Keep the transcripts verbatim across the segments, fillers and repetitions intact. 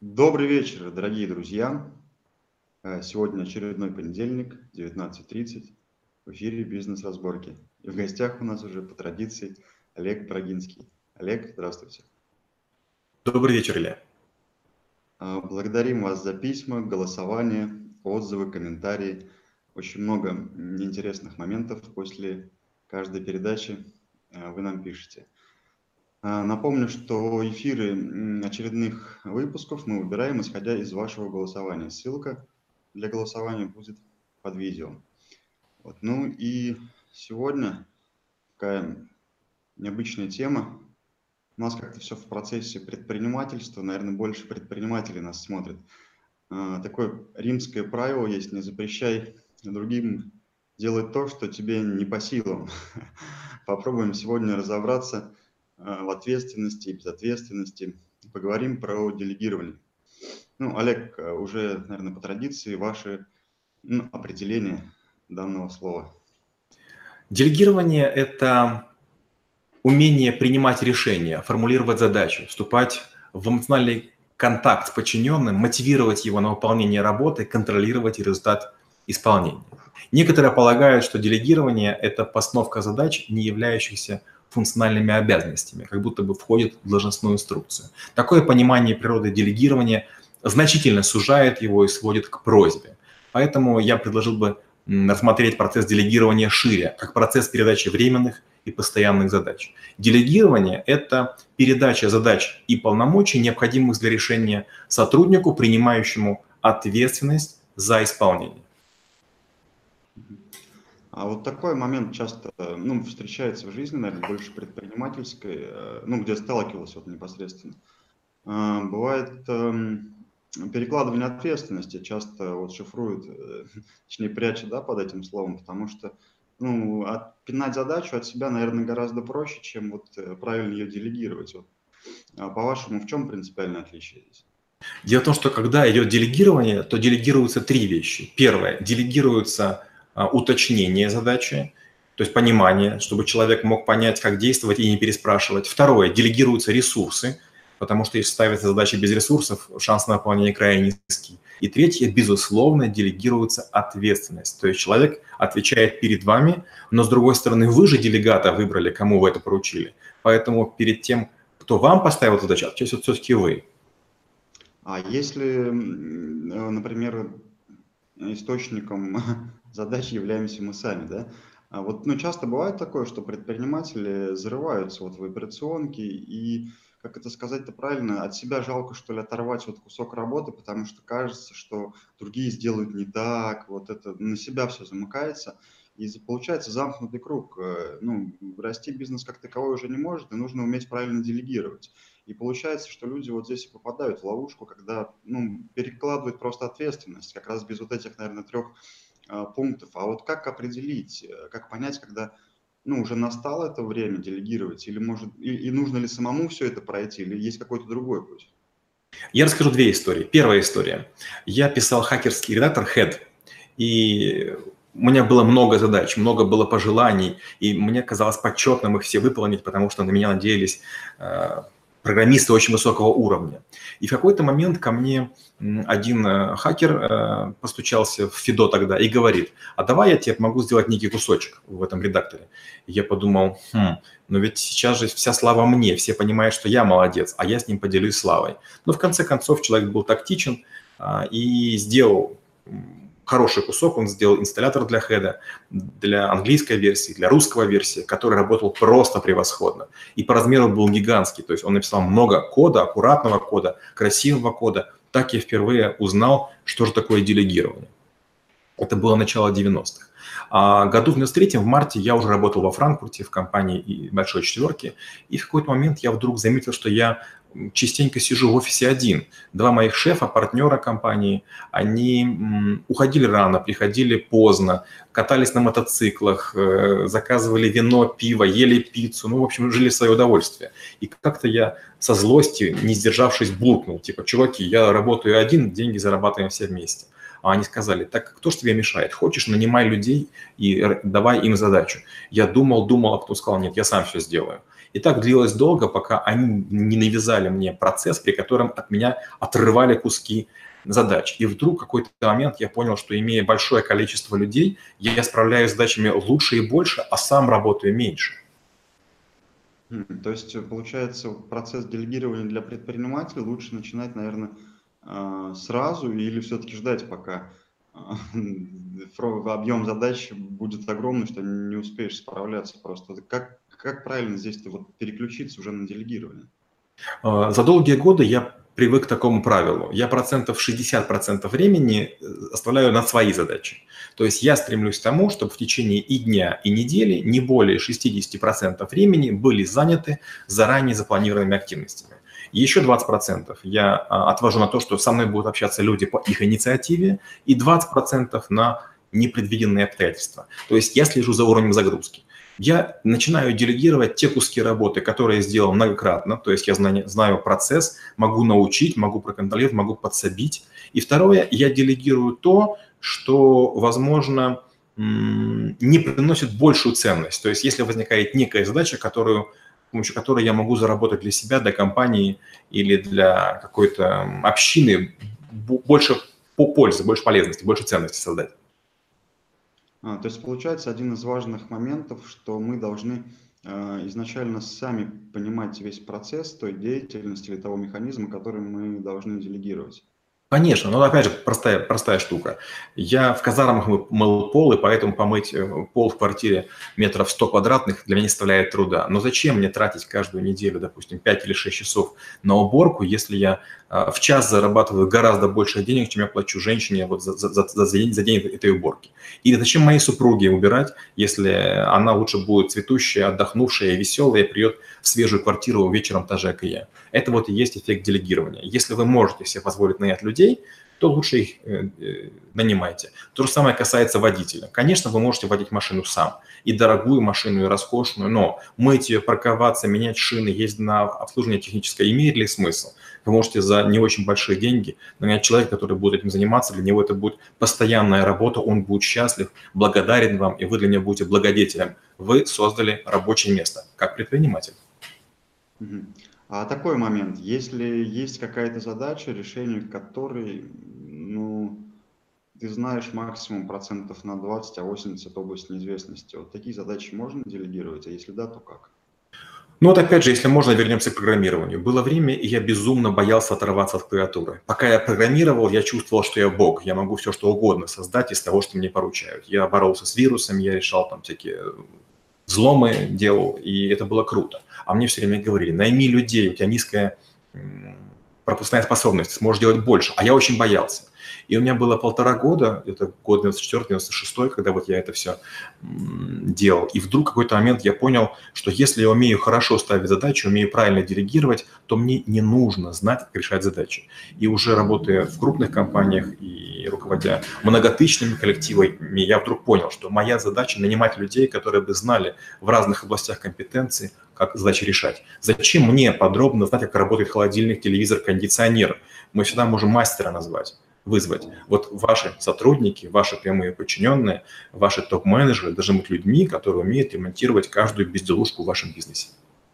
Добрый вечер, дорогие друзья. Э, Сегодня очередной понедельник, девятнадцать тридцать. В эфире «Бизнес-разборки». И в гостях у нас уже по традиции Олег Брагинский. Олег, здравствуйте. Добрый вечер, Илья. А, Благодарим вас за письма, голосование, отзывы, комментарии. Очень много м, интересных моментов после каждой передачи э, вы нам пишете. А, Напомню, что эфиры м, очередных выпусков мы выбираем, исходя из вашего голосования. Ссылка для голосования будет под видео. Вот. Ну и сегодня такая необычная тема. У нас как-то все в процессе предпринимательства, наверное, больше предпринимателей нас смотрят. А, Такое римское правило есть: не запрещай другим делать то, что тебе не по силам. Попробуем сегодня разобраться а, в ответственности и безответственности. Поговорим про делегирование. Ну, Олег, а, уже, наверное, по традиции, ваше ну, определение данного слова. Делегирование – это умение принимать решения, формулировать задачи, вступать в эмоциональный контакт с подчиненным, мотивировать его на выполнение работы, контролировать результат исполнения. Некоторые полагают, что делегирование – это постановка задач, не являющихся функциональными обязанностями, как будто бы входит в должностную инструкцию. Такое понимание природы делегирования значительно сужает его и сводит к просьбе. Поэтому я предложил бы рассмотреть процесс делегирования шире, как процесс передачи временных и постоянных задач. Делегирование – это передача задач и полномочий, необходимых для решения сотруднику, принимающему ответственность за исполнение. А вот такой момент часто ну, встречается в жизни, наверное, больше предпринимательской, э, ну, где сталкивался вот непосредственно. А, Бывает эм, перекладывание ответственности, часто вот шифруют, э, точнее прячут, да, под этим словом, потому что ну, отпинать задачу от себя, наверное, гораздо проще, чем вот э, правильно ее делегировать. Вот. А по-вашему, в чем принципиальное отличие здесь? Дело в том, что когда идет делегирование, то делегируются три вещи. Первое – делегируется а, уточнение задачи, то есть понимание, чтобы человек мог понять, как действовать и не переспрашивать. Второе – делегируются ресурсы, потому что если ставится задача без ресурсов, шанс на выполнение крайне низкий. И третье – безусловно, делегируется ответственность. То есть человек отвечает перед вами, но с другой стороны, вы же делегата выбрали, кому вы это поручили. Поэтому перед тем, кто вам поставил задачу, отвечаете все-таки вы. А если, м, э, например, источником задач являемся мы сами, да? А вот, ну, часто бывает такое, что предприниматели зарываются вот в операционки и, как это сказать-то правильно, от себя жалко, что ли, оторвать вот кусок работы, потому что кажется, что другие сделают не так, вот это на себя все замыкается, и за- получается замкнутый круг. Э, Ну, расти бизнес как таковой уже не может, и нужно уметь правильно делегировать. И получается, что люди вот здесь и попадают в ловушку, когда ну, перекладывают просто ответственность, как раз без вот этих, наверное, трех а, пунктов. А вот как определить, э, как понять, когда ну, уже настало это время делегировать, или может, и, и нужно ли самому все это пройти, или есть какой-то другой путь? Я расскажу две истории. Первая история. Я писал хакерский редактор Head, и у меня было много задач, много было пожеланий, и мне казалось почетным их все выполнить, потому что на меня надеялись э, программисты очень высокого уровня. И в какой-то момент ко мне м, один э, хакер э, постучался в Фидо тогда и говорит: а давай я тебе помогу сделать некий кусочек в этом редакторе. И я подумал, хм, но ведь сейчас же вся слава мне, все понимают, что я молодец, а я с ним поделюсь славой. Но в конце концов человек был тактичен а, и сделал м, хороший кусок. Он сделал инсталлятор для хеда, для английской версии, для русского версии, который работал просто превосходно. И по размеру был гигантский. То есть он написал много кода, аккуратного кода, красивого кода. Так я впервые узнал, что же такое делегирование. Это было начало девяностых. А году в девяносто третьем, в марте, я уже работал во Франкфурте в компании большой четверки, и в какой-то момент я вдруг заметил, что я частенько сижу в офисе один. Два моих шефа, партнера компании, они м, уходили рано, приходили поздно, катались на мотоциклах, э, заказывали вино, пиво, ели пиццу, ну, в общем, жили в свое удовольствие. И как-то я со злости, не сдержавшись, буркнул, типа: чуваки, я работаю один, деньги зарабатываем все вместе. А они сказали: так кто ж тебе мешает? Хочешь, нанимай людей и давай им задачу. Я думал, думал, а кто сказал: нет, я сам все сделаю. И так длилось долго, пока они не навязали мне процесс, при котором от меня отрывали куски задач. И вдруг в какой-то момент я понял, что имея большое количество людей, я справляюсь с задачами лучше и больше, а сам работаю меньше. Мгм. То есть, э, получается, процесс делегирования для предпринимателя лучше начинать, наверное, сразу или все-таки ждать, пока а, фро- объем задач будет огромный, что не успеешь справляться просто. Вот Как, как правильно здесь-то вот переключиться уже на делегирование? А, За долгие годы я привык к такому правилу. Я процентов шестьдесят процентов времени э, оставляю на свои задачи. То есть я стремлюсь к тому, чтобы в течение и дня, и недели не более шестьдесят процентов времени были заняты заранее запланированными активностями. И еще двадцать процентов я а, отвожу на то, что со мной будут общаться люди по их инициативе, и двадцать процентов на непредвиденные обстоятельства. То есть я слежу за уровнем загрузки. Я начинаю делегировать те куски работы, которые я сделал многократно, то есть я знаю, знаю процесс, могу научить, могу проконтролировать, могу подсобить. И второе, я делегирую то, что, возможно, не приносит большую ценность. То есть если возникает некая задача, которую, с помощью которой я могу заработать для себя, для компании или для какой-то общины больше пользы, больше полезности, больше ценности создать. А, то есть получается один из важных моментов, что мы должны э, изначально сами понимать весь процесс той деятельности или того механизма, который мы должны делегировать. Конечно, но опять же простая, простая штука. Я в казармах мы- мыл пол, и поэтому помыть э, пол в квартире метров сто квадратных для меня не составляет труда. Но зачем мне тратить каждую неделю, допустим, пять или шесть часов на уборку, если я э, в час зарабатываю гораздо больше денег, чем я плачу женщине вот за, за, за, за день, за день этой уборки? Или зачем моей супруге убирать, если она лучше будет цветущая, отдохнувшая и веселая, и придет в свежую квартиру вечером так же, как и я? Это вот и есть эффект делегирования. Если вы можете себе позволить нанять людей, то лучше их э, э, нанимайте. То же самое касается водителя. Конечно, вы можете водить машину сам, и дорогую машину, и роскошную, но мыть ее, парковаться, менять шины, ездить на обслуживание техническое, имеет ли смысл? Вы можете за не очень большие деньги нанять человека, который будет этим заниматься, для него это будет постоянная работа, он будет счастлив, благодарен вам, и вы для него будете благодетелем. Вы создали рабочее место, как предприниматель. Мгм. А такой момент, если есть какая-то задача, решение которой, ну, ты знаешь максимум процентов на двадцать, а восемьдесят область неизвестности. Вот такие задачи можно делегировать, а если да, то как? Ну вот опять же, если можно, вернемся к программированию. Было время, и я безумно боялся оторваться от клавиатуры. Пока я программировал, я чувствовал, что я бог, я могу все что угодно создать из того, что мне поручают. Я боролся с вирусами, я решал там всякие взломы, делал, и это было круто. А мне все время говорили, найми людей, у тебя низкая м, пропускная способность, сможешь делать больше. А я очень боялся. И у меня было полтора года, это год девяносто четвёртый девяносто шестой, когда вот я это все делал. И вдруг в какой-то момент я понял, что если я умею хорошо ставить задачи, умею правильно делегировать, то мне не нужно знать, как решать задачи. И уже работая в крупных компаниях и руководя многотысячными коллективами, я вдруг понял, что моя задача нанимать людей, которые бы знали в разных областях компетенции, как задачи решать. Зачем мне подробно знать, как работает холодильник, телевизор, кондиционер? Мы всегда можем мастера назвать, вызвать. Вот ваши сотрудники, ваши прямые подчиненные, ваши топ-менеджеры должны быть людьми, которые умеют ремонтировать каждую безделушку в вашем бизнесе.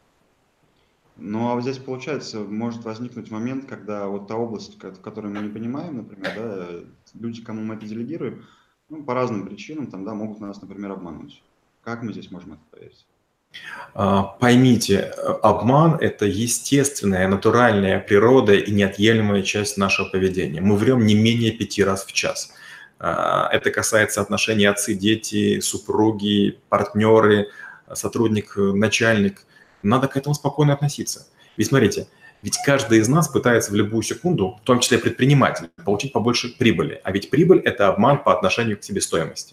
Ну, а вот здесь, получается, может возникнуть момент, когда вот та область, ко- в которой мы не понимаем, например, да, э, люди, кому мы это делегируем, ну, по разным причинам, там, да, могут нас, например, обмануть. Как мы здесь можем это проверить? А, Поймите, э, обман – это естественная, натуральная природа и неотъемлемая часть нашего поведения. Мы врем не менее пяти раз в час. А, Это касается отношений отцы-дети, супруги, партнеры, сотрудник, э, начальник. Надо к этому спокойно относиться. Ведь смотрите, ведь каждый из нас пытается в любую секунду, в том числе предприниматель, получить побольше прибыли. А ведь прибыль – это обман по отношению к себестоимости.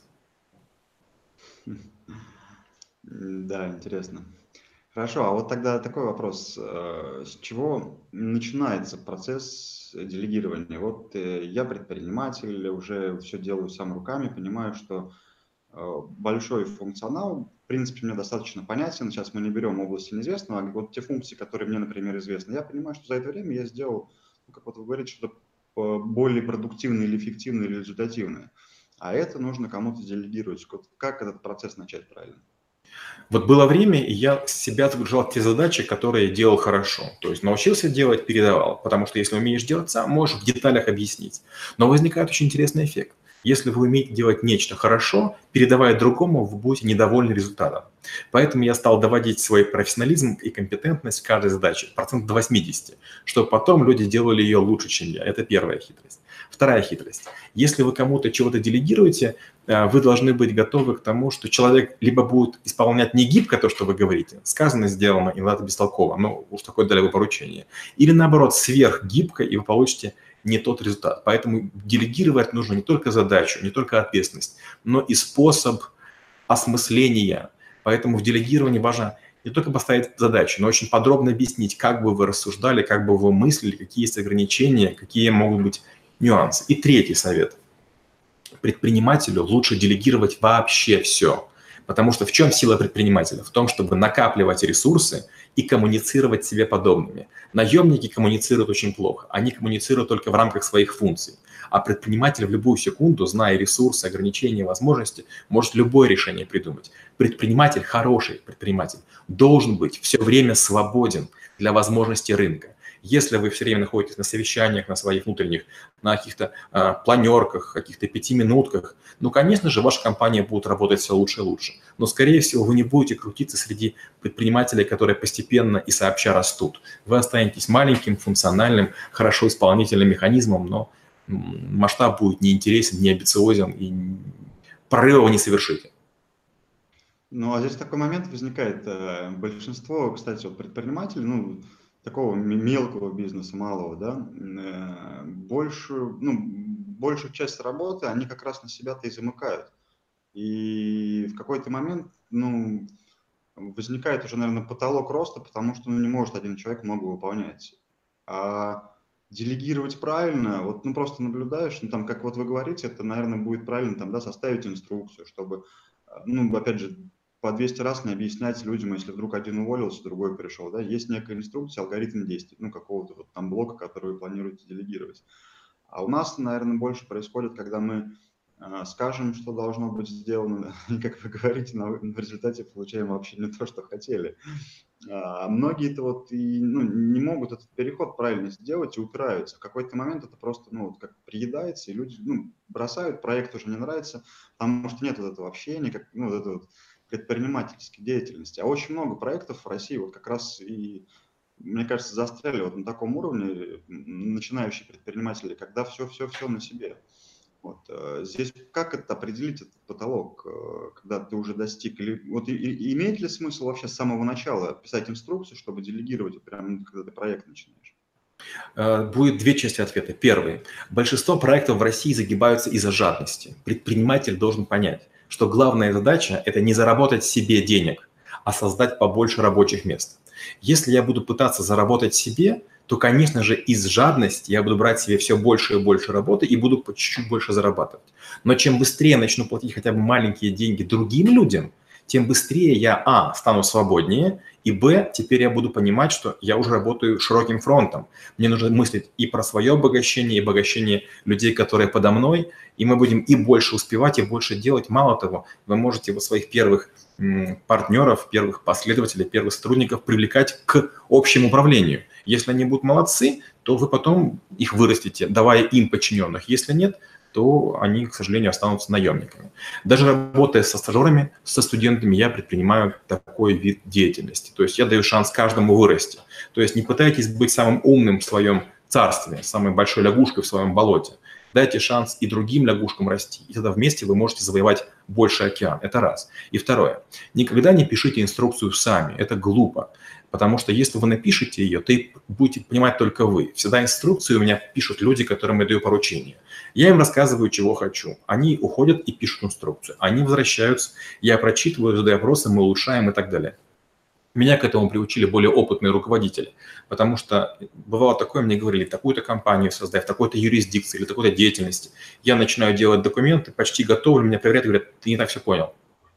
М, Да, интересно. Хорошо, а вот тогда такой вопрос. э, С чего начинается процесс делегирования? Вот э, я предприниматель, уже все делаю сам руками, понимаю, что э, большой функционал, в принципе, мне достаточно понятен. Сейчас мы не берем области неизвестного, а вот те функции, которые мне, например, известны. Я понимаю, что за это время я сделал, ну, как вот вы говорите, что-то э, более продуктивное или эффективное или результативное. А это нужно кому-то делегировать. Вот как этот процесс начать правильно? Вот было время, и я с себя загружал те задачи, которые делал хорошо. То есть научился делать, передавал. Потому что если умеешь делать сам, можешь в деталях объяснить. Но возникает очень интересный эффект. Если вы умеете делать нечто хорошо, передавая другому, вы будете недовольны результатом. Поэтому я стал доводить свой профессионализм и компетентность в каждой задаче, процентов до восьмидесяти, чтобы потом люди делали ее лучше, чем я. Это первая хитрость. Вторая хитрость. Если вы кому-то чего-то делегируете, вы должны быть готовы к тому, что человек либо будет исполнять не гибко то, что вы говорите, сказано, сделано, и надо бестолково, ну уж такое дали вы поручение, или наоборот сверхгибко, и вы получите не тот результат. Поэтому делегировать нужно не только задачу, не только ответственность, но и способ осмысления. Поэтому в делегировании важно не только поставить задачу, но очень подробно объяснить, как бы вы рассуждали, как бы вы мыслили, какие есть ограничения, какие могут быть нюансы. И третий совет. Предпринимателю лучше делегировать вообще все. Потому что в чем сила предпринимателя? В том, чтобы накапливать ресурсы и коммуницировать с себе подобными. Наемники коммуницируют очень плохо. Они коммуницируют только в рамках своих функций. А предприниматель в любую секунду, зная ресурсы, ограничения, возможности, может любое решение придумать. Предприниматель, хороший предприниматель, должен быть все время свободен для возможностей рынка. Если вы все время находитесь на совещаниях, на своих внутренних, на каких-то э, планерках, каких-то пятиминутках, ну, конечно же, ваша компания будет работать все лучше и лучше. Но, скорее всего, вы не будете крутиться среди предпринимателей, которые постепенно и сообща растут. Вы останетесь маленьким, функциональным, хорошо исполнительным механизмом, но масштаб будет неинтересен, не амбициозен, и прорыва вы не совершите. Ну, а здесь такой момент возникает. Большинство, кстати, вот предпринимателей, ну, такого мелкого бизнеса, малого, да, большую, ну, большую часть работы они как раз на себя-то и замыкают. И в какой-то момент, ну, возникает уже, наверное, потолок роста, потому что ну, не может один человек много выполнять. А делегировать правильно, вот, ну, просто наблюдаешь, ну, там, как вот вы говорите, это, наверное, будет правильно, там, да, составить инструкцию, чтобы, ну, опять же, по двести раз не объяснять людям, если вдруг один уволился, другой пришел, да, есть некая инструкция, алгоритм действий, ну, какого-то вот там блока, который вы планируете делегировать. А у нас, наверное, больше происходит, когда мы э, скажем, что должно быть сделано, и, как вы говорите, на, в результате получаем вообще не то, что хотели. А многие-то вот и ну, не могут этот переход правильно сделать и упираются. В какой-то момент это просто, ну, вот как приедается, и люди, ну, бросают, проект уже не нравится, потому что нет вот этого общения, как, ну, вот этого вот предпринимательской деятельности. А очень много проектов в России вот как раз и, мне кажется, застряли вот на таком уровне начинающие предприниматели, когда все-все-все на себе. Вот. Здесь как это определить, этот потолок, когда ты уже достиг? Или, вот, и, и имеет ли смысл вообще с самого начала писать инструкцию, чтобы делегировать, вот прямо когда ты проект начинаешь? Будет две части ответа. Первый. Большинство проектов в России загибаются из-за жадности. Предприниматель должен понять, что главная задача – это не заработать себе денег, а создать побольше рабочих мест. Если я буду пытаться заработать себе, то, конечно же, из жадности я буду брать себе все больше и больше работы и буду по чуть-чуть больше зарабатывать. Но чем быстрее начну платить хотя бы маленькие деньги другим людям, тем быстрее я, а, стану свободнее, и, б, теперь я буду понимать, что я уже работаю широким фронтом. Мне нужно мыслить и про свое обогащение, и обогащение людей, которые подо мной, и мы будем и больше успевать, и больше делать. Мало того, вы можете вот своих первых партнеров, первых последователей, первых сотрудников привлекать к общему управлению. Если они будут молодцы, то вы потом их вырастите, давая им подчиненных. Если нет, то они, к сожалению, останутся наемниками. Даже работая со стажерами, со студентами, я предпринимаю такой вид деятельности. То есть я даю шанс каждому вырасти. То есть не пытайтесь быть самым умным в своем царстве, самой большой лягушкой в своем болоте. Дайте шанс и другим лягушкам расти. И тогда вместе вы можете завоевать больший океан. Это раз. И второе. Никогда не пишите инструкцию сами. Это глупо. Потому что если вы напишете ее, то будете понимать только вы. Всегда инструкцию у меня пишут люди, которым я даю поручения. Я им рассказываю, чего хочу. Они уходят и пишут инструкцию. Они возвращаются, я прочитываю, задаю вопросы, мы улучшаем и так далее. Меня к этому приучили более опытные руководители, потому что бывало такое, мне говорили, такую-то компанию создай, в такой-то юрисдикции или такой-то деятельности. Я начинаю делать документы, почти готовлю, меня проверяют, говорят, ты не так все понял.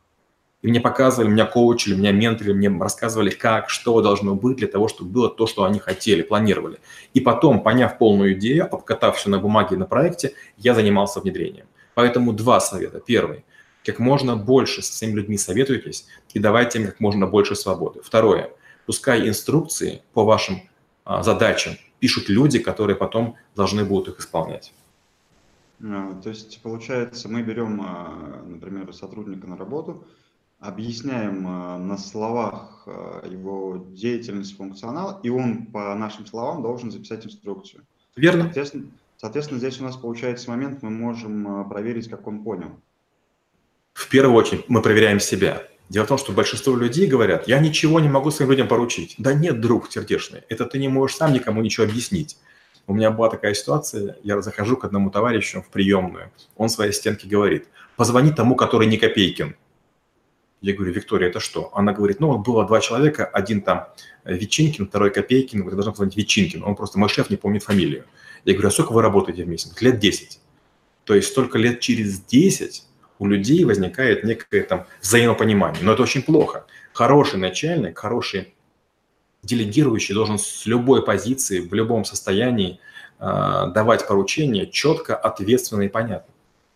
И мне показывали, меня коучили, меня менторили, мне рассказывали, как, что должно быть для того, чтобы было то, что они хотели, планировали. И потом, поняв полную идею, обкатав все на бумаге на проекте, я занимался внедрением. Поэтому два совета. Первый. Как можно больше со своими людьми советуйтесь и давайте им как можно больше свободы. Второе. Пускай инструкции по вашим а, задачам пишут люди, которые потом должны будут их исполнять. А, То есть, получается, мы берем, а, например, сотрудника на работу, объясняем а, на словах а, его деятельность, функционал, и он по нашим словам должен записать инструкцию. Верно? Соответственно, соответственно, здесь у нас получается момент, мы можем а, проверить, как он понял. В первую очередь мы проверяем себя. Дело в том, что большинство людей говорят, я ничего не могу своим людям поручить. Да нет, друг сердечный, это ты не можешь сам никому ничего объяснить. У меня была такая ситуация, я захожу к одному товарищу в приемную, он в своей стенке говорит, позвони тому, который не Копейкин. Я говорю, Виктория, это что? Она говорит, ну вот было два человека, один там Ветчинкин, второй Копейкин, вы должны позвонить Ветчинкин, он просто, мой шеф не помнит фамилию. Я говорю, а сколько вы работаете вместе? Лет десять. То есть только лет через десять у людей возникает некое там взаимопонимание. Но это очень плохо. Хороший начальник, хороший делегирующий должен с любой позиции, в любом состоянии э, давать поручения четко, ответственно и понятно.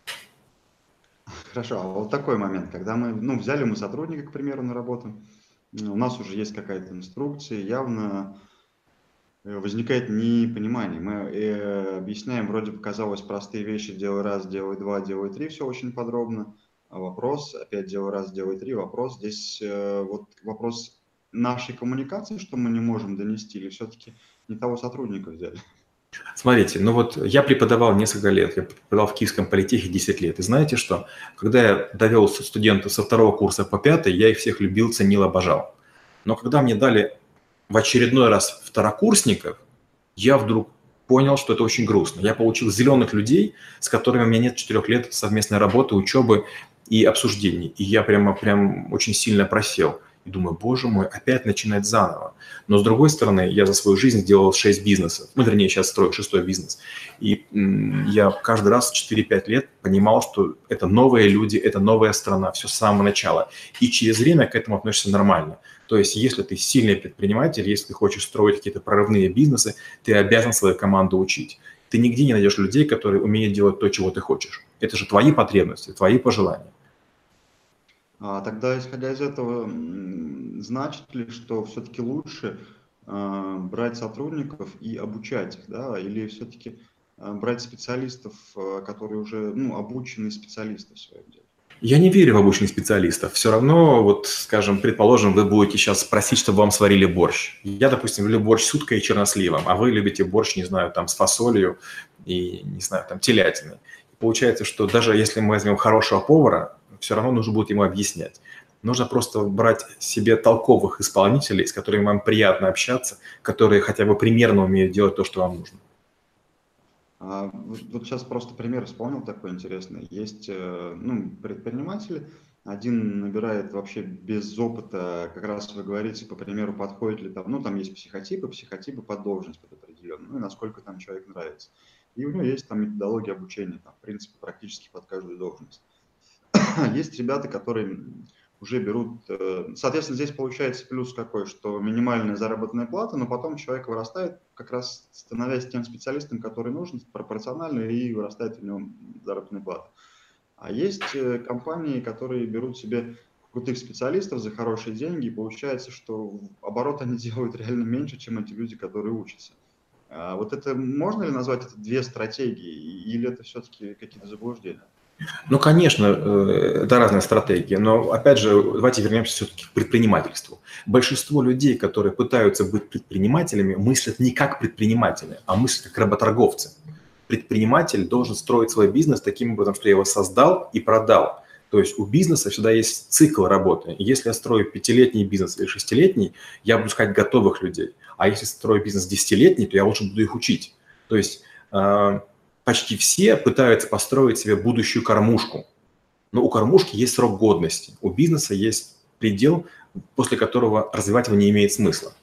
Хорошо, а вот такой момент, когда мы, ну, взяли мы сотрудника, к примеру, на работу, у нас уже есть какая-то инструкция, явно э, возникает непонимание. Мы э, объясняем, вроде бы казалось, простые вещи, делай раз, делай два, делай три, все очень подробно. А вопрос, опять делай раз, делай три, вопрос здесь, э, вот вопрос нашей коммуникации, что мы не можем донести, или все-таки не того сотрудника взяли? Смотрите, ну вот я преподавал несколько лет, я преподавал в Киевском политехе десять лет. И знаете что? Когда я довел студентов со второго курса по пятый, я их всех любил, ценил, обожал. Но когда мне дали в очередной раз второкурсников, я вдруг понял, что это очень грустно. Я получил зеленых людей, с которыми у меня нет четырех лет совместной работы, учебы и обсуждений. И я прямо прям очень сильно просел. И думаю, боже мой, опять начинать заново. Но с другой стороны, я за свою жизнь сделал шесть бизнесов. Ну, вернее, сейчас строю шестой бизнес. И м, я каждый раз четыре-пять лет понимал, что это новые люди, это новая страна, все с самого начала. И через время к этому относишься нормально. То есть, если ты сильный предприниматель, если ты хочешь строить какие-то прорывные бизнесы, ты обязан свою команду учить. Ты нигде не найдешь людей, которые умеют делать то, чего ты хочешь. Это же твои потребности, твои пожелания. А тогда, исходя из этого, м, значит ли, что все-таки лучше а, брать сотрудников и обучать их, да, или все-таки а, брать специалистов, а, которые уже, ну, обученные специалисты в своем деле? Я не верю в обычных специалистов. Все равно, вот, скажем, предположим, вы будете сейчас просить, чтобы вам сварили борщ. Я, допустим, люблю борщ с уткой и черносливом, а вы любите борщ, не знаю, там, с фасолью и, не знаю, там, телятиной. Получается, что даже если мы возьмем хорошего повара, все равно нужно будет ему объяснять. Нужно просто брать себе толковых исполнителей, с которыми вам приятно общаться, которые хотя бы примерно умеют делать то, что вам нужно. А, вот, вот сейчас просто пример вспомнил такой интересный. Есть э, ну, предприниматели, один набирает вообще без опыта, как раз вы говорите, по примеру, подходит ли там, ну там есть психотипы, психотипы под должность под определенную, ну и насколько там человек нравится. И у него есть там методология обучения, там, в принципе, практически под каждую должность. Есть ребята, которые уже берут, э, соответственно, здесь получается плюс какой, что минимальная заработная плата, но потом человек вырастает, как раз становясь тем специалистом, который нужен, пропорционально, и вырастает в нем заработная плата. А есть э, компании, которые берут себе крутых специалистов за хорошие деньги, и получается, что оборот они делают реально меньше, чем эти люди, которые учатся. А вот это можно ли назвать это две стратегии, или это все-таки какие-то заблуждения? Ну, конечно, э, это разная стратегия, но, опять же, давайте вернемся все-таки к предпринимательству. Большинство людей, которые пытаются быть предпринимателями, мыслят не как предприниматели, а мыслят как работорговцы. Предприниматель должен строить свой бизнес таким образом, что я его создал и продал. То есть у бизнеса всегда есть цикл работы. И если я строю пятилетний бизнес или шестилетний, я буду искать готовых людей. А если строю бизнес десятилетний, то я лучше буду их учить. То есть э, почти все пытаются построить себе будущую кормушку. Но у кормушки есть срок годности. У бизнеса есть предел, после которого развивать его не имеет смысла.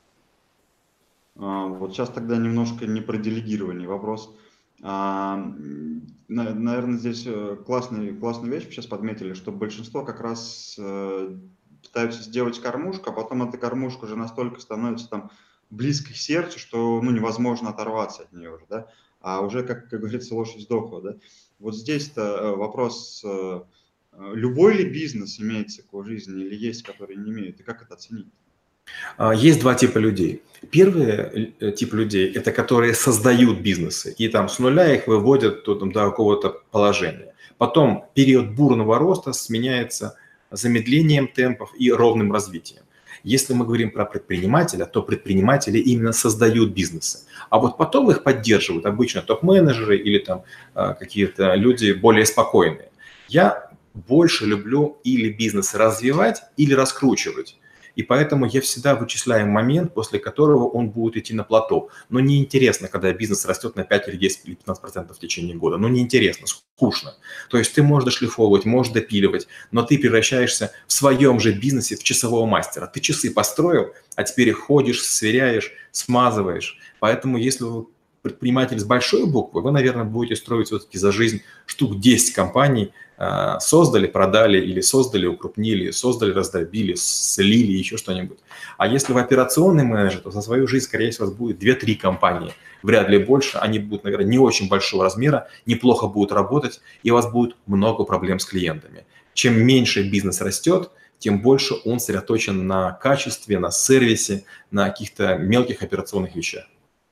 А, Вот сейчас тогда немножко не про делегирование вопрос. А, м, на- Наверное, здесь э, классный, классную вещь вы сейчас подметили, что большинство как раз э, пытаются сделать кормушку, а потом эта кормушка уже настолько становится там близкой к сердцу, что ну, невозможно оторваться от нее уже, да? А уже, как, как говорится, лошадь сдохла, да? Вот здесь-то э, вопрос, э, э, любой ли бизнес имеет цикл жизни или есть, которые не имеют? И как это оценить? А, Есть два типа людей. Первый э, тип людей – это которые создают бизнесы, и там с нуля их выводят то, там, до какого-то положения. Потом период бурного роста сменяется замедлением темпов и ровным развитием. Если мы говорим про предпринимателя, то предприниматели именно создают бизнесы. А вот потом их поддерживают обычно топ-менеджеры или там а, какие-то люди более спокойные. Я больше люблю или бизнес развивать, или раскручивать. И поэтому я всегда вычисляю момент, после которого он будет идти на плато. Но неинтересно, когда бизнес растет на пять или десять или пятнадцать процентов в течение года. Ну, неинтересно, скучно. То есть ты можешь дошлифовывать, можешь допиливать, но ты превращаешься в своем же бизнесе в часового мастера. Ты часы построил, а теперь их ходишь, сверяешь, смазываешь. Поэтому если вы предприниматель с большой буквы, вы, наверное, будете строить все-таки за жизнь штук десять компаний, создали, продали или создали, укрупнили, создали, раздробили, слили, еще что-нибудь. А если вы операционный менеджер, то за свою жизнь, скорее всего, у вас будет две-три компании, вряд ли больше. Они будут, наверное, не очень большого размера, неплохо будут работать, и у вас будет много проблем с клиентами. Чем меньше бизнес растет, тем больше он сосредоточен на качестве, на сервисе, на каких-то мелких операционных вещах.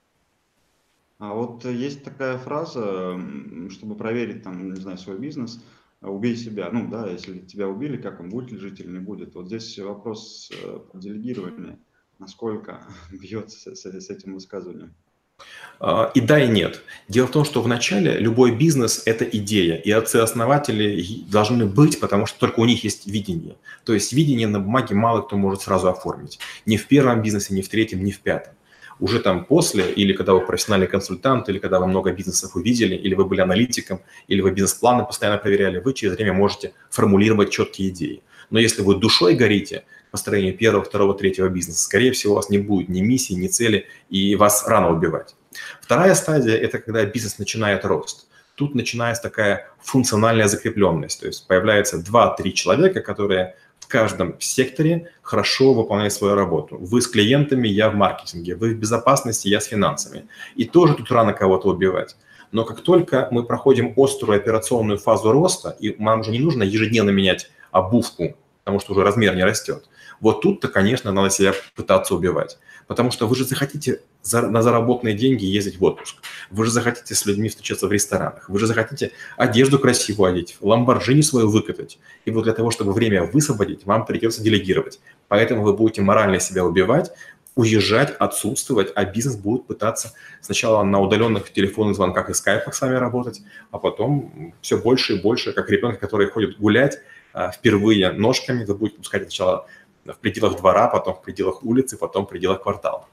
А вот есть такая фраза, м, чтобы проверить там, не знаю, свой бизнес, э, убей себя. Ну да, если тебя убили, как он будет ли жить или не будет. Вот здесь вопрос э, про делегирование, насколько бьется с, с этим высказыванием. А, И да, и нет. Дело в том, что вначале любой бизнес – это идея, и отцы-основатели и должны быть, потому что только у них есть видение. То есть видение на бумаге мало кто может сразу оформить. Ни в первом бизнесе, ни в третьем, ни в пятом. Уже там после, или когда вы профессиональный консультант, или когда вы много бизнесов увидели, или вы были аналитиком, или вы бизнес-планы постоянно проверяли, вы через время можете формулировать четкие идеи. Но если вы душой горите к построению первого, второго, третьего бизнеса, скорее всего, у вас не будет ни миссии, ни цели, и вас рано убивать. Вторая стадия – это когда бизнес начинает рост. Тут начинается такая функциональная закрепленность. То есть появляется два-три человека, которые в каждом секторе хорошо выполняют свою работу. Вы с клиентами, я в маркетинге. Вы в безопасности, я с финансами. И тоже тут рано кого-то убивать. Но как только мы проходим острую операционную фазу роста, и нам уже не нужно ежедневно менять обувку, потому что уже размер не растет, вот тут-то, конечно, надо себя пытаться убивать. Потому что вы же захотите на заработанные деньги ездить в отпуск. Вы же захотите с людьми встречаться в ресторанах. Вы же захотите одежду красивую одеть, ламборджини свою выкатать. И вот для того, чтобы время высвободить, вам придется делегировать. Поэтому вы будете морально себя убивать, уезжать, отсутствовать, а бизнес будет пытаться сначала на удаленных телефонных звонках и скайпах с вами работать, а потом все больше и больше, как ребенок, который ходит гулять впервые ножками, вы будете пускать сначала в пределах двора, потом в пределах улицы, потом в пределах квартала.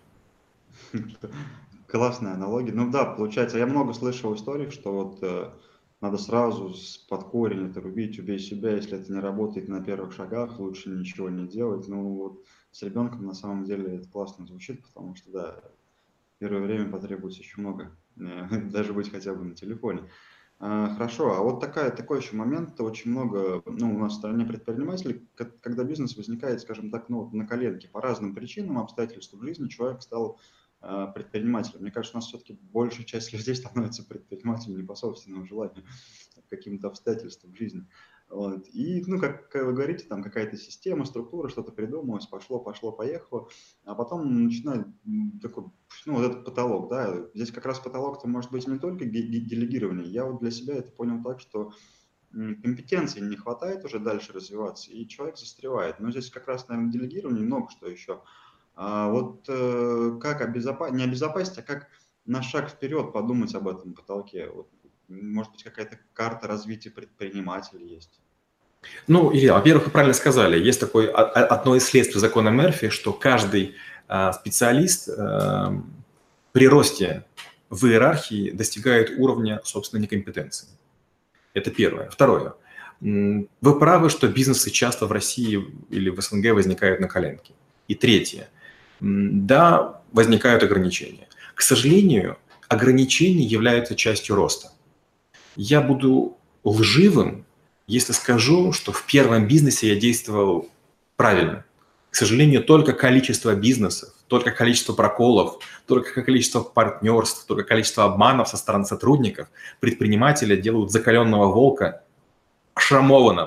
Классная аналогия. Ну да, получается, я много слышал историй, что вот э, надо сразу с- под корень это рубить, убей себя, если это не работает на первых шагах, лучше ничего не делать. Ну вот с ребенком на самом деле это классно звучит, потому что да, первое время потребуется еще много, э, даже быть хотя бы на телефоне. А, Хорошо, а вот такая, такой еще момент, очень много, ну, у нас в стране предпринимателей, ко- когда бизнес возникает, скажем так, ну, вот на коленке, по разным причинам, обстоятельствам жизни человек стал а, предпринимателем. Мне кажется, у нас все-таки большая часть людей становится предпринимателем не по собственному желанию, а по каким-то обстоятельствам жизни. Вот. И, ну, как, как вы говорите, там какая-то система, структура, что-то придумалось, пошло, пошло, поехало, а потом начинает м, такой, ну, вот этот потолок, да, здесь как раз потолок-то может быть не только ге- ге- делегирование. Я вот для себя это понял так, что м, компетенции не хватает уже дальше развиваться, и человек застревает. Но здесь как раз, наверное, делегирование, много что еще. А вот э, как обезопасить, не обезопасить, а как на шаг вперед подумать об этом потолке. Вот, может быть, какая-то карта развития предпринимателей есть. Ну, Илья, во-первых, вы правильно сказали, есть такое а- а- одно из следствий закона Мерфи, что каждый а, специалист а, при росте в иерархии достигает уровня собственной некомпетенции. Это первое. Второе. М, Вы правы, что бизнесы часто в России или в СНГ возникают на коленке. И третье. М, Да, возникают ограничения. К сожалению, ограничения являются частью роста. Я буду лживым, если скажу, что в первом бизнесе я действовал правильно. К сожалению, только количество бизнесов, только количество проколов, только количество партнерств, только количество обманов со стороны сотрудников предпринимателя делают закаленного волка, шрамованного.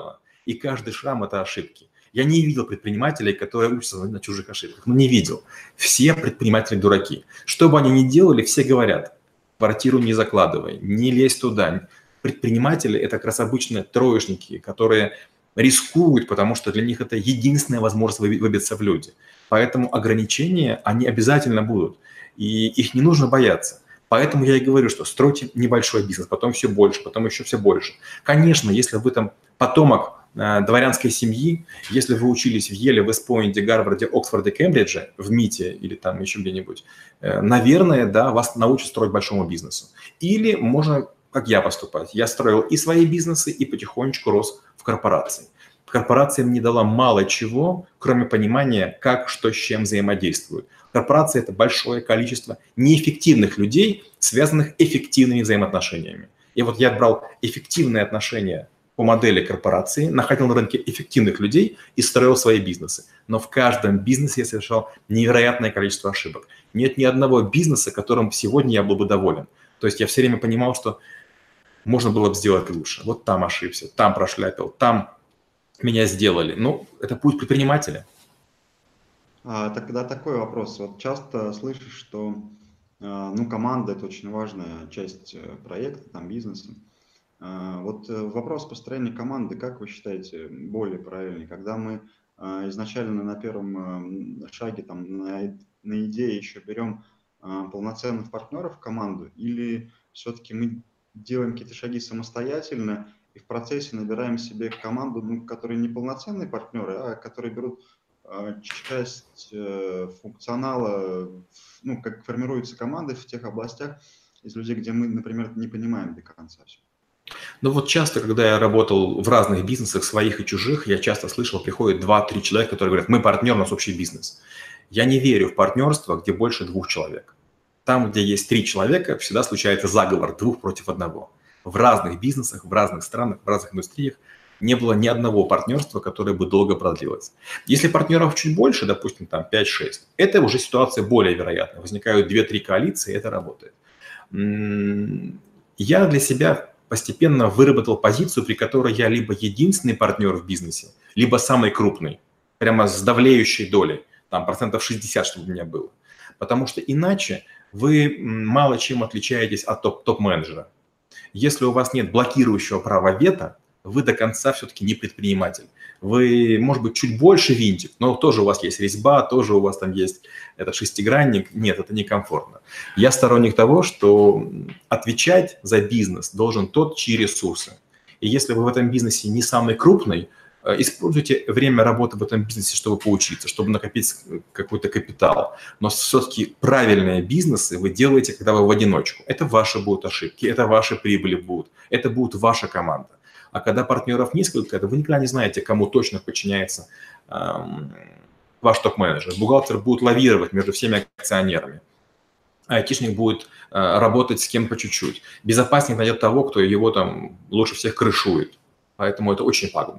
И каждый шрам – это ошибки. Я не видел предпринимателей, которые учатся на чужих ошибках. Ну, не видел. Все предприниматели дураки. Что бы они ни делали, все говорят: квартиру не закладывай, не лезь туда. Предприниматели – это как раз обычно троечники, которые рискуют, потому что для них это единственная возможность выбиться в люди. Поэтому ограничения, они обязательно будут. И их не нужно бояться. Поэтому я и говорю, что стройте небольшой бизнес, потом все больше, потом еще все больше. Конечно, если вы там потомок э, дворянской семьи, если вы учились в Еле, в Вест-Пойнте, Гарварде, Оксфорде, Кембридже, в МИТе или там еще где-нибудь, э, наверное, да, вас научат строить большому бизнесу. Или можно, как я, поступать. Я строил и свои бизнесы, и потихонечку рос в корпорации. Корпорация мне дала мало чего, кроме понимания, как, что, с чем взаимодействуют. Корпорация – это большое количество неэффективных людей, связанных эффективными взаимоотношениями. И вот я брал эффективные отношения по модели корпорации, находил на рынке эффективных людей и строил свои бизнесы. Но в каждом бизнесе я совершал невероятное количество ошибок. Нет ни одного бизнеса, которым сегодня я был бы доволен. То есть я все время понимал, что можно было бы сделать лучше. Вот там ошибся, там прошляпил, там меня сделали. Ну, это путь предпринимателя. А, тогда такой вопрос. Вот часто слышишь, что а, ну, команда – это очень важная часть э, проекта, там, бизнеса. А, Вот э, вопрос построения команды, как вы считаете, более правильный? Когда мы а, изначально на первом ам, шаге, там, на, на идее еще берем а, полноценных партнеров в команду, или все-таки мы делаем какие-то шаги самостоятельно и в процессе набираем себе команду, ну, которые не полноценные партнеры, а которые берут а, часть э, функционала, ну, как формируется команда в тех областях из людей, где мы, например, не понимаем до конца все. Ну вот часто, когда я работал в разных бизнесах, своих и чужих, я часто слышал, приходят два-три человека, которые говорят: мы партнер, у нас общий бизнес. Я не верю в партнерство, где больше двух человек. Там, где есть три человека, всегда случается заговор двух против одного. В разных бизнесах, в разных странах, в разных индустриях не было ни одного партнерства, которое бы долго продлилось. Если партнеров чуть больше, допустим, там пять-шесть, это уже ситуация более вероятная. Возникают две-три коалиции, это работает. Я для себя постепенно выработал позицию, при которой я либо единственный партнер в бизнесе, либо самый крупный, прямо с давлеющей долей, там процентов шестьдесят, чтобы у меня было. Потому что иначе вы мало чем отличаетесь от топ- топ-менеджера. Если у вас нет блокирующего права вето, вы до конца все-таки не предприниматель. Вы, может быть, чуть больше винтик, но тоже у вас есть резьба, тоже у вас там есть этот шестигранник. Нет, это некомфортно. Я сторонник того, что отвечать за бизнес должен тот, чьи ресурсы. И если вы в этом бизнесе не самый крупный, используйте время работы в этом бизнесе, чтобы поучиться, чтобы накопить какой-то капитал. Но все-таки правильные бизнесы вы делаете, когда вы в одиночку. Это ваши будут ошибки, это ваши прибыли будут, это будет ваша команда. А когда партнеров несколько, вы никогда не знаете, кому точно подчиняется эм, ваш топ-менеджер. Бухгалтер будет лавировать между всеми акционерами. А айтишник будет э, работать с кем по чуть-чуть. Безопасник найдет того, кто его там лучше всех крышует. Поэтому это очень пагубно.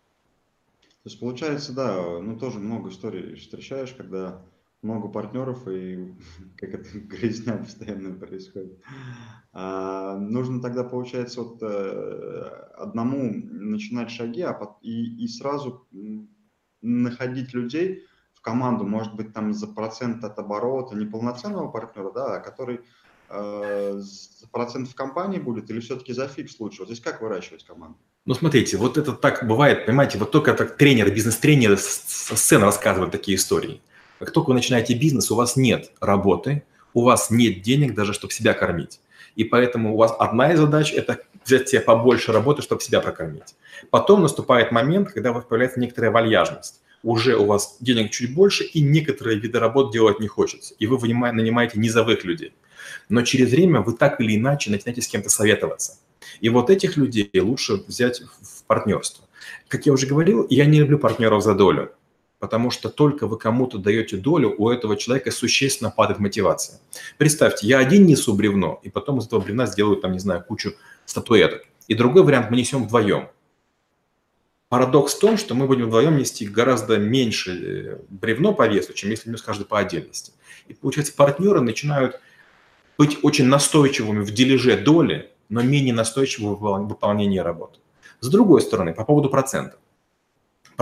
То есть получается, да, ну тоже много историй встречаешь, когда много партнеров и как это грязня постоянно происходит. А, нужно тогда, получается, вот э, одному начинать шаги, а пот- и, и сразу м, находить людей в команду, может быть, там за процент от оборота, не полноценного партнера, да, а который э, за процент в компании будет, или все-таки за фикс лучше? Вот здесь как выращивать команду? Ну, смотрите, вот это так бывает, понимаете, вот только так тренер, бизнес-тренер со сцены рассказывают такие истории. Как только вы начинаете бизнес, у вас нет работы, у вас нет денег даже, чтобы себя кормить. И поэтому у вас одна из задач – это взять себе побольше работы, чтобы себя прокормить. Потом наступает момент, когда у вас появляется некоторая вальяжность. Уже у вас денег чуть больше, и некоторые виды работ делать не хочется. И вы нанимаете низовых людей. Но через время вы так или иначе начинаете с кем-то советоваться. И вот этих людей лучше взять в партнерство. Как я уже говорил, я не люблю партнеров за долю. Потому что только вы кому-то даете долю, у этого человека существенно падает мотивация. Представьте, я один несу бревно, и потом из этого бревна сделаю, там, не знаю, кучу статуэток. И другой вариант мы несем вдвоем. Парадокс в том, что мы будем вдвоем нести гораздо меньше бревно по весу, чем если нес каждый по отдельности. И получается, партнеры начинают быть очень настойчивыми в дележе доли, но менее настойчивы в выполнении работы. С другой стороны, по поводу процентов.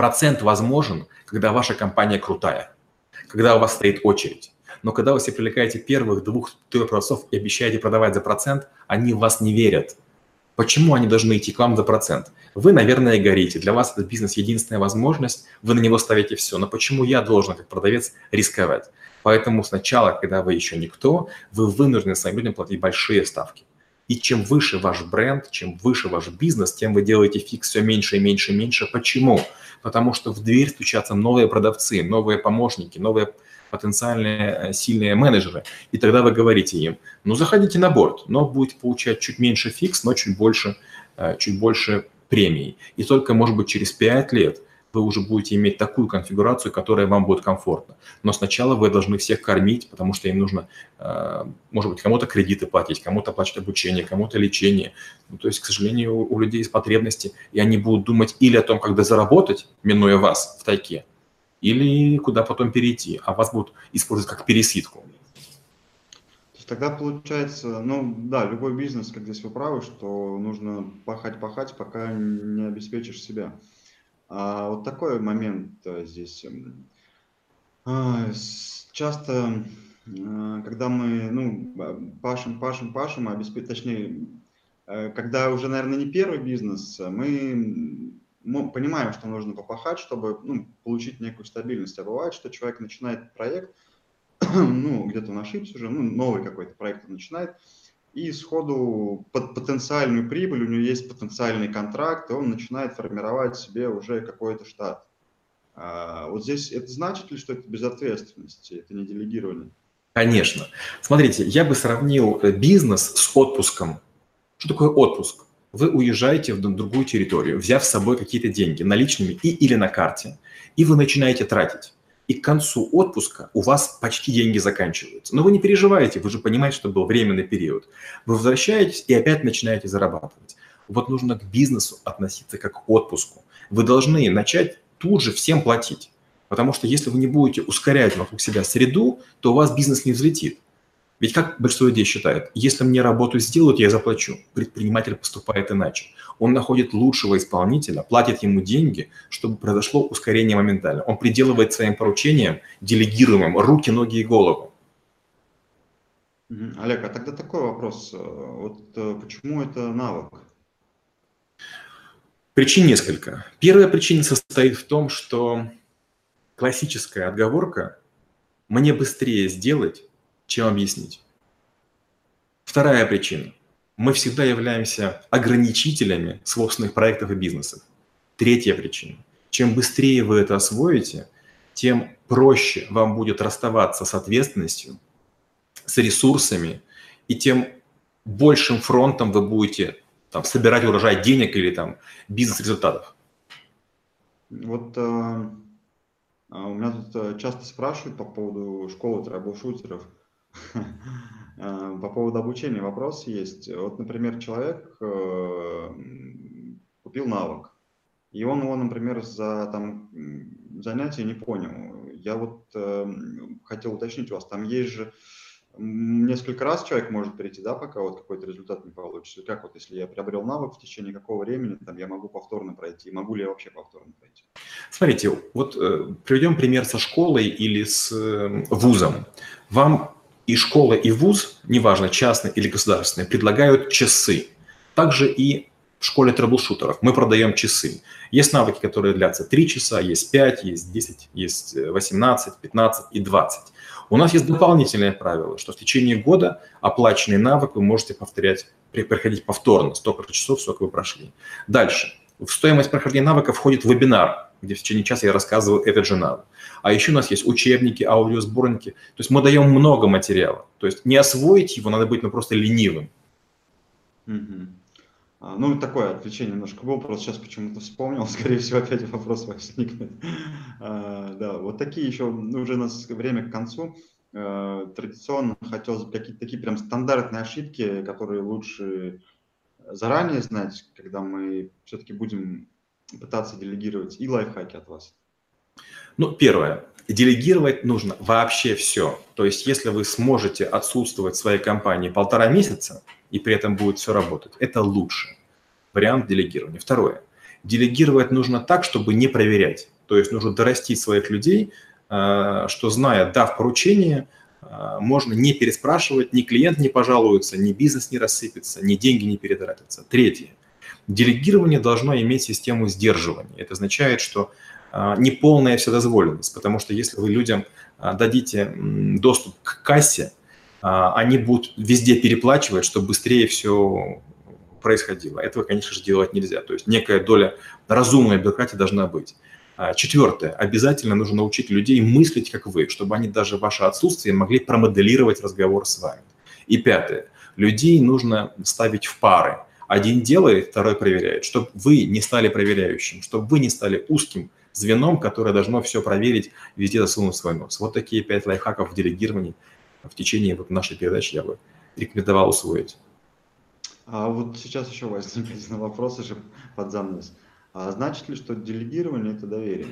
Процент возможен, когда ваша компания крутая, когда у вас стоит очередь. Но когда вы себе привлекаете первых двух-трех продавцов и обещаете продавать за процент, они в вас не верят. Почему они должны идти к вам за процент? Вы, наверное, горите. Для вас этот бизнес единственная возможность, вы на него ставите все. Но почему я должен, как продавец, рисковать? Поэтому сначала, когда вы еще никто, вы вынуждены своим людям платить большие ставки. И чем выше ваш бренд, чем выше ваш бизнес, тем вы делаете фикс все меньше и меньше и меньше. Почему? Потому что в дверь стучатся новые продавцы, новые помощники, новые потенциальные сильные менеджеры. И тогда вы говорите им, ну заходите на борт, но будете получать чуть меньше фикс, но чуть больше, чуть больше премий. И только, может быть, через пять лет вы уже будете иметь такую конфигурацию, которая вам будет комфортна. Но сначала вы должны всех кормить, потому что им нужно, может быть, кому-то кредиты платить, кому-то оплачивать обучение, кому-то лечение. Ну, то есть, к сожалению, у людей есть потребности, и они будут думать или о том, когда заработать, минуя вас в тайге, или куда потом перейти, а вас будут использовать как пересидку. То есть тогда получается, ну да, любой бизнес, как здесь вы правы, что нужно пахать-пахать, пока не обеспечишь себя. А вот такой момент здесь. Часто, когда мы, ну, пашем, пашем, пашем, а обеспечить, точнее, когда уже, наверное, не первый бизнес, мы понимаем, что нужно попахать, чтобы, ну, получить некую стабильность. А бывает, что человек начинает проект, ну, где-то он ошибся уже, ну, новый какой-то проект он начинает, и сходу под потенциальную прибыль, у него есть потенциальный контракт, и он начинает формировать себе уже какой-то штат. А вот здесь это значит ли, что это безответственность, это не делегирование? Конечно. Смотрите, я бы сравнил бизнес с отпуском. Что такое отпуск? Вы уезжаете в другую территорию, взяв с собой какие-то деньги наличными и или на карте, и вы начинаете тратить. И к концу отпуска у вас почти деньги заканчиваются. Но вы не переживаете, вы же понимаете, что был временный период. Вы возвращаетесь и опять начинаете зарабатывать. Вот нужно к бизнесу относиться как к отпуску. Вы должны начать тут же всем платить. Потому что если вы не будете ускорять вокруг себя среду, то у вас бизнес не взлетит. Ведь как большинство людей считает, если мне работу сделают, я заплачу. Предприниматель поступает иначе. Он находит лучшего исполнителя, платит ему деньги, чтобы произошло ускорение моментально. Он приделывает своим поручениям, делегируемым, руки, ноги и голову. Олег, а тогда такой вопрос. Вот почему это навык? Причин несколько. Первая причина состоит в том, что классическая отговорка «мне быстрее сделать, чем объяснить». Вторая причина. Мы всегда являемся ограничителями собственных проектов и бизнесов. Третья причина. Чем быстрее вы это освоите, тем проще вам будет расставаться с ответственностью, с ресурсами, и тем большим фронтом вы будете там, собирать урожай денег или там, бизнес-результатов. Вот а, у меня тут часто спрашивают по поводу школы трэбл-шутеров. По поводу обучения вопрос есть. Вот, например, человек купил навык, и он его, например, за там, занятие не понял. Я вот хотел уточнить у вас, там есть же несколько раз человек может перейти, да, пока вот какой-то результат не получится. Как вот, если я приобрел навык, в течение какого времени там я могу повторно пройти? Могу ли я вообще повторно пройти? Смотрите, вот э, приведем пример со школой или с э, вузом. Вам и школа, и вуз, неважно, частный или государственный, предлагают часы. Также и в школе трэбл-шутеров мы продаем часы. Есть навыки, которые длятся три часа, есть пять, есть десять, есть восемнадцать, пятнадцать и двадцать. У нас есть дополнительное правило, что в течение года оплаченный навык вы можете повторять, проходить повторно, столько же часов, сколько вы прошли. Дальше. В стоимость прохождения навыка входит вебинар, где в течение часа я рассказываю этот же навык. А еще у нас есть учебники, аудиосборники. То есть мы даем много материала. То есть не освоить его, надо быть ну, просто ленивым. Mm-hmm. А, ну, такое отвлечение немножко было, просто сейчас почему-то вспомнил, скорее всего, опять вопрос возникнет. А, да, вот такие еще, ну, уже у нас время к концу. А, традиционно хотелось бы какие-то такие прям стандартные ошибки, которые лучше заранее знать, когда мы все-таки будем пытаться делегировать, и лайфхаки от вас. Ну, первое. Делегировать нужно вообще все. То есть, если вы сможете отсутствовать в своей компании полтора месяца, и при этом будет все работать, это лучше. Вариант делегирования. Второе. Делегировать нужно так, чтобы не проверять. То есть нужно дорастить своих людей, что, зная, дав поручение, можно не переспрашивать, ни клиент не пожалуется, ни бизнес не рассыпется, ни деньги не перетратятся. Третье. Делегирование должно иметь систему сдерживания. Это означает, что не полная вседозволенность, потому что если вы людям дадите доступ к кассе, они будут везде переплачивать, чтобы быстрее все происходило. Этого, конечно же, делать нельзя. То есть некая доля разумной бюрократии должна быть. Четвертое. Обязательно нужно научить людей мыслить, как вы, чтобы они даже в ваше отсутствие могли промоделировать разговор с вами. И пятое. Людей нужно ставить в пары. Один делает, второй проверяет, чтобы вы не стали проверяющим, чтобы вы не стали узким звеном, которое должно все проверить, везде засунуть свой нос. Вот такие пять лайфхаков в делегировании в течение вот нашей передачи я бы рекомендовал усвоить. А вот сейчас еще возник один вопрос, уже под занавес. А значит ли, что делегирование – это доверие?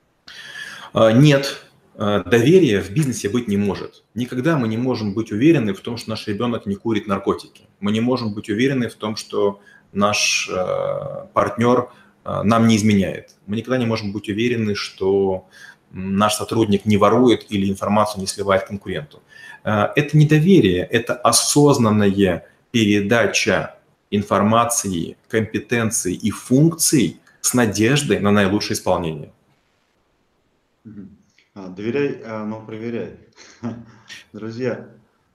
Нет. Доверия в бизнесе быть не может. Никогда мы не можем быть уверены в том, что наш ребенок не курит наркотики. Мы не можем быть уверены в том, что наш партнер нам не изменяет. Мы никогда не можем быть уверены, что наш сотрудник не ворует или информацию не сливает конкуренту. Это не доверие, это осознанная передача информации, компетенций и функций с надеждой на наилучшее исполнение. Доверяй, но проверяй. Друзья,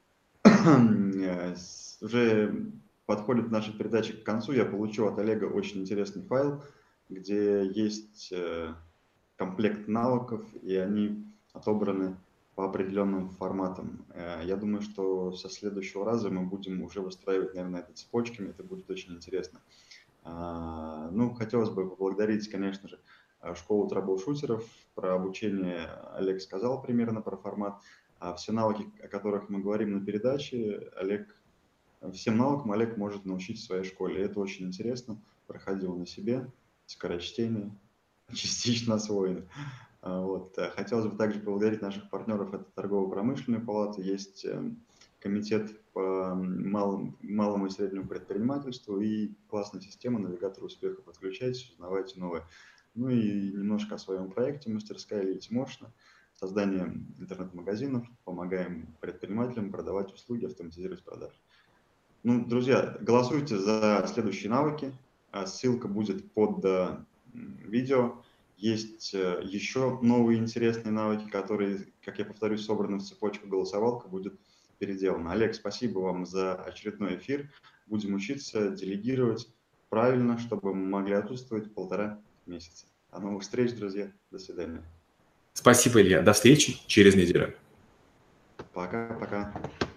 уже подходит наша передача к концу. Я получил от Олега очень интересный файл, где есть комплект навыков, и они отобраны по определенным форматам. Я думаю, что со следующего раза мы будем уже выстраивать, наверное, это цепочками, это будет очень интересно. Ну, хотелось бы поблагодарить, конечно же, школу трэбл-шутеров. Про обучение Олег сказал примерно, про формат. А все навыки, о которых мы говорим на передаче, Олег, всем навыкам Олег может научить в своей школе. И это очень интересно. Проходил на себе, скорочтение, частично освоено. Вот. Хотелось бы также поблагодарить наших партнеров. Это торгово-промышленная палата, есть комитет по малому, малому и среднему предпринимательству и классная система навигатор успеха. Подключайтесь, узнавайте новое. Ну и немножко о своем проекте «Мастерская Ильи Тимошина». Создание интернет-магазинов, помогаем предпринимателям продавать услуги, автоматизировать продажи. Ну, друзья, голосуйте за следующие навыки. Ссылка будет под видео. Есть еще новые интересные навыки, которые, как я повторюсь, собраны в цепочку. Голосовалка будет переделана. Олег, спасибо вам за очередной эфир. Будем учиться делегировать правильно, чтобы мы могли отсутствовать полтора месяца. До новых встреч, друзья. До свидания. Спасибо, Илья. До встречи через неделю. Пока-пока.